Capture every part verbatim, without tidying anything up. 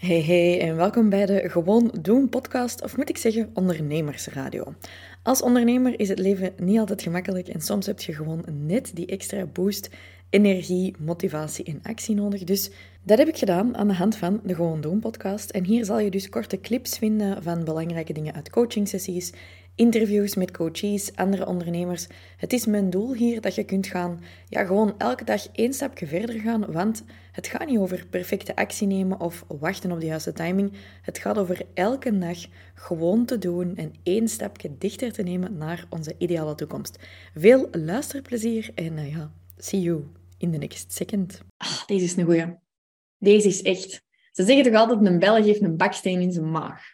Hey hey en welkom bij de Gewoon Doen podcast, of moet ik zeggen ondernemersradio. Als ondernemer is het leven niet altijd gemakkelijk en soms heb je gewoon net die extra boost, energie, motivatie en actie nodig. Dus dat heb ik gedaan aan de hand van de Gewoon Doen podcast. En hier zal je dus korte clips vinden van belangrijke dingen uit coachingsessies, interviews met coaches, andere ondernemers. Het is mijn doel hier dat je kunt gaan, ja, gewoon elke dag één stapje verder gaan, want het gaat niet over perfecte actie nemen of wachten op de juiste timing. Het gaat over elke dag gewoon te doen en één stapje dichter te nemen naar onze ideale toekomst. Veel luisterplezier en uh, ja, see you in the next second. Ah, deze is een goeie. Deze is echt... Ze zeggen toch altijd, een Belg heeft een baksteen in zijn maag.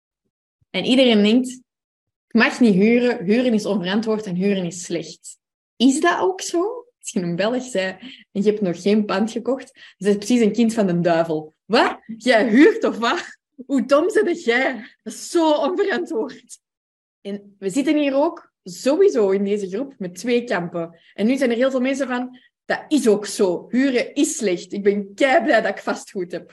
En iedereen denkt, ik mag niet huren, huren is onverantwoord en huren is slecht. Is dat ook zo? Als je een Belg zei en je hebt nog geen pand gekocht, dan is het precies een kind van de duivel. Wat? Jij huurt of wat? Hoe dom zit jij? Dat is zo onverantwoord. En we zitten hier ook sowieso in deze groep met twee kampen. En nu zijn er heel veel mensen van, dat is ook zo. Huren is slecht. Ik ben keiblij dat ik vastgoed heb.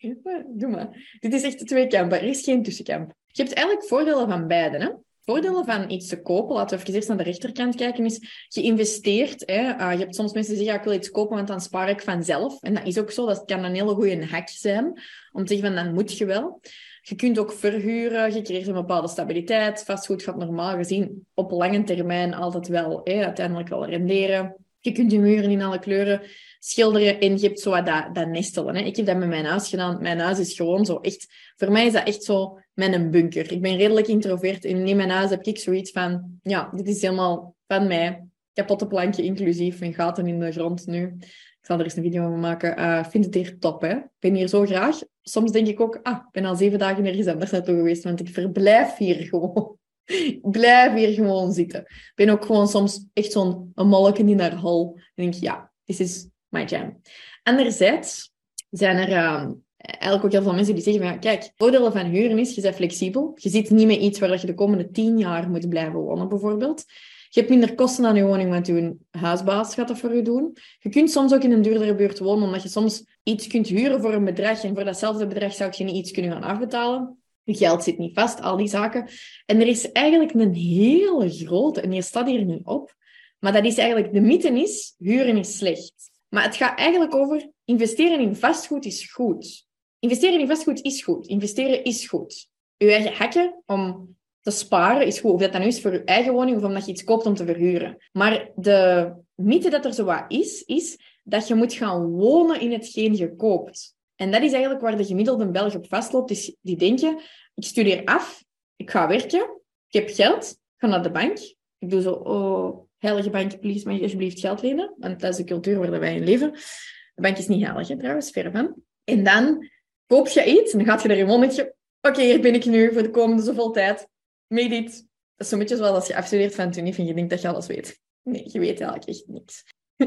Doe maar. Dit is echt de twee kampen. Er is geen tussenkamp. Je hebt eigenlijk voordelen van beide, hè? Voordelen van iets te kopen, laten we even eerst naar de rechterkant kijken, is je investeert. Hè. Uh, je hebt soms mensen die zeggen, ja, ik wil iets kopen, want dan spaar ik vanzelf. En dat is ook zo. Dat kan een hele goede hack zijn. Om te zeggen, van, dan moet je wel. Je kunt ook verhuren. Je creëert een bepaalde stabiliteit. Vastgoed gaat normaal gezien op lange termijn altijd wel hè, uiteindelijk wel renderen. Je kunt je muren in alle kleuren schilderen en je hebt zo wat dat, dat nestelen. Hè. Ik heb dat met mijn huis gedaan. Mijn huis is gewoon zo echt... Voor mij is dat echt zo mijn bunker. Ik ben redelijk introvert en in mijn huis heb ik zoiets van... Ja, dit is helemaal van mij. Kapotte plankje inclusief en gaten in de grond nu. Ik zal er eens een video van maken. Uh, ik vind het hier top, hè. Ik ben hier zo graag. Soms denk ik ook... Ah, ik ben al zeven dagen nergens anders naartoe geweest, want ik verblijf hier gewoon. Ik blijf hier gewoon zitten. Ik ben ook gewoon soms echt zo'n molken in haar hol. En denk ik, ja, this is my jam. Anderzijds zijn er uh, eigenlijk ook heel veel mensen die zeggen van, ja, kijk, voordelen van huren is, je bent flexibel. Je zit niet met iets waar je de komende tien jaar moet blijven wonen, bijvoorbeeld. Je hebt minder kosten aan je woning, want je huisbaas gaat dat voor je doen. Je kunt soms ook in een duurdere buurt wonen, omdat je soms iets kunt huren voor een bedrag en voor datzelfde bedrag zou je niet iets kunnen gaan afbetalen. Je geld zit niet vast, al die zaken. En er is eigenlijk een hele grote, en je staat hier niet op, maar dat is eigenlijk, de mythe is, huren is slecht. Maar het gaat eigenlijk over, investeren in vastgoed is goed. Investeren in vastgoed is goed. Investeren is goed. Je eigen hakken om te sparen is goed. Of dat dan nu is voor je eigen woning of omdat je iets koopt om te verhuren. Maar de mythe dat er zo wat is, is dat je moet gaan wonen in hetgeen je koopt. En dat is eigenlijk waar de gemiddelde Belg op vastloopt. Dus die denken, ik studeer af, ik ga werken, ik heb geld, ik ga naar de bank. Ik doe zo, oh, heilige bank, please, mag je alsjeblieft geld lenen? Want dat is de cultuur waar wij in leven. De bank is niet heilig, hè, trouwens, ver van. En dan koop je iets en dan gaat je er gewoon met je... Oké, okay, hier ben ik nu voor de komende zoveel tijd. Mee dit. Dat is zo'n beetje zoals als je afstudeert van het unief en je denkt dat je alles weet. Nee, je weet eigenlijk echt niks.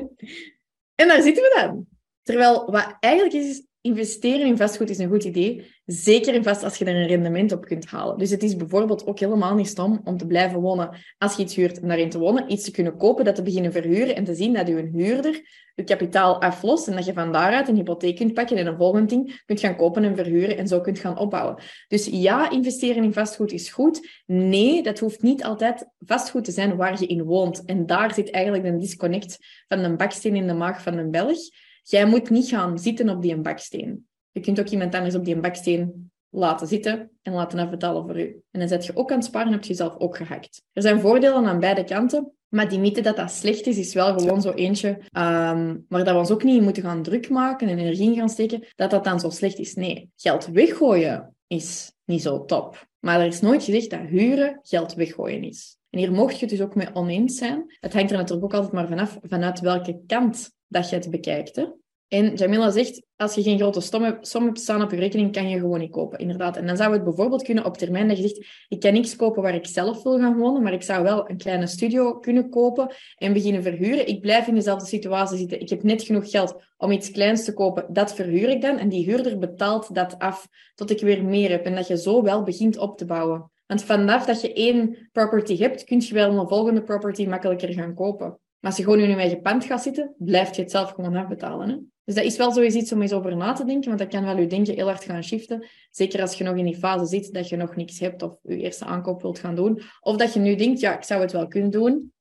En daar zitten we dan. Terwijl wat eigenlijk is, is investeren in vastgoed is een goed idee. Zeker en vast als je er een rendement op kunt halen. Dus het is bijvoorbeeld ook helemaal niet stom om te blijven wonen als je iets huurt om daarin te wonen. Iets te kunnen kopen, dat te beginnen verhuren en te zien dat je een huurder je kapitaal aflost en dat je van daaruit een hypotheek kunt pakken en een volgend ding kunt gaan kopen en verhuren en zo kunt gaan opbouwen. Dus ja, investeren in vastgoed is goed. Nee, dat hoeft niet altijd vastgoed te zijn waar je in woont. En daar zit eigenlijk een disconnect van een baksteen in de maag van een Belg. Jij moet niet gaan zitten op die baksteen. Je kunt ook iemand anders op die baksteen laten zitten en laten afbetalen voor u. En dan zet je ook aan het sparen, heb je jezelf ook gehackt. Er zijn voordelen aan beide kanten, maar die mythe dat dat slecht is, is wel gewoon zo eentje um, waar dat we ons ook niet in moeten gaan druk maken en energie in gaan steken, dat dat dan zo slecht is. Nee, geld weggooien is niet zo top. Maar er is nooit gezegd dat huren geld weggooien is. En hier mocht je het dus ook mee oneens zijn. Het hangt er natuurlijk ook altijd maar vanaf vanuit welke kant dat je het bekijkt. Hè? En Jamila zegt, als je geen grote som hebt, som hebt staan op je rekening, kan je gewoon niet kopen. Inderdaad. En dan zou het bijvoorbeeld kunnen op termijn dat je zegt, ik kan niks kopen waar ik zelf wil gaan wonen, maar ik zou wel een kleine studio kunnen kopen en beginnen verhuren. Ik blijf in dezelfde situatie zitten. Ik heb net genoeg geld om iets kleins te kopen. Dat verhuur ik dan. En die huurder betaalt dat af tot ik weer meer heb. En dat je zo wel begint op te bouwen. Want vanaf dat je één property hebt, kun je wel een volgende property makkelijker gaan kopen. Maar als je gewoon in je eigen pand gaat zitten, blijf je het zelf gewoon afbetalen. Hè? Dus dat is wel zoiets iets om eens over na te denken, want dat kan wel je denken heel hard gaan shiften. Zeker als je nog in die fase zit dat je nog niks hebt of je eerste aankoop wilt gaan doen. Of dat je nu denkt, ja, ik zou het wel kunnen doen.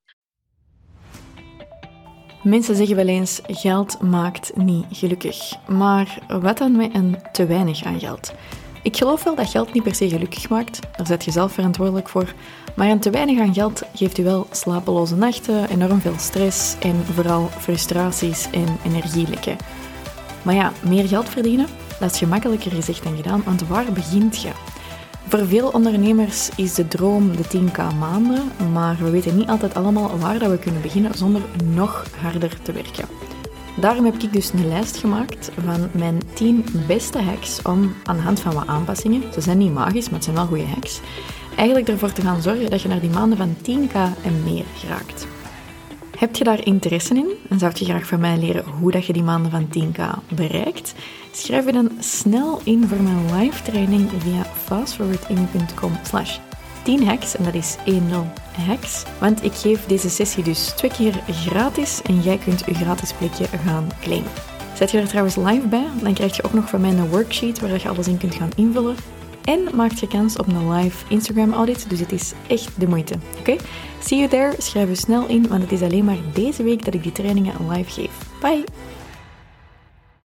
Mensen zeggen wel eens, geld maakt niet gelukkig. Maar wat dan met een te weinig aan geld? Ik geloof wel dat geld niet per se gelukkig maakt. Daar zet je zelf verantwoordelijk voor. Maar een te weinig aan geld geeft u wel slapeloze nachten, enorm veel stress en vooral frustraties en energielekken. Maar ja, meer geld verdienen, dat is gemakkelijker gezegd dan gedaan, want waar begint je? Voor veel ondernemers is de droom de tien k maanden, maar we weten niet altijd allemaal waar dat we kunnen beginnen zonder nog harder te werken. Daarom heb ik dus een lijst gemaakt van mijn tien beste hacks om aan de hand van wat aanpassingen, ze zijn niet magisch, maar het zijn wel goede hacks, eigenlijk ervoor te gaan zorgen dat je naar die maanden van tien k en meer geraakt. Heb je daar interesse in en zou je graag van mij leren hoe dat je die maanden van tien k bereikt? Schrijf je dan snel in voor mijn live training via fastforwarding.com slash tien hacks en dat is tien hacks. Want ik geef deze sessie dus twee keer gratis en jij kunt je gratis plekje gaan claimen. Zet je er trouwens live bij, dan krijg je ook nog van mij een worksheet waar je alles in kunt gaan invullen. En maak je kans op een live Instagram audit, dus het is echt de moeite. Oké? Okay? See you there, schrijf je snel in, want het is alleen maar deze week dat ik die trainingen live geef. Bye!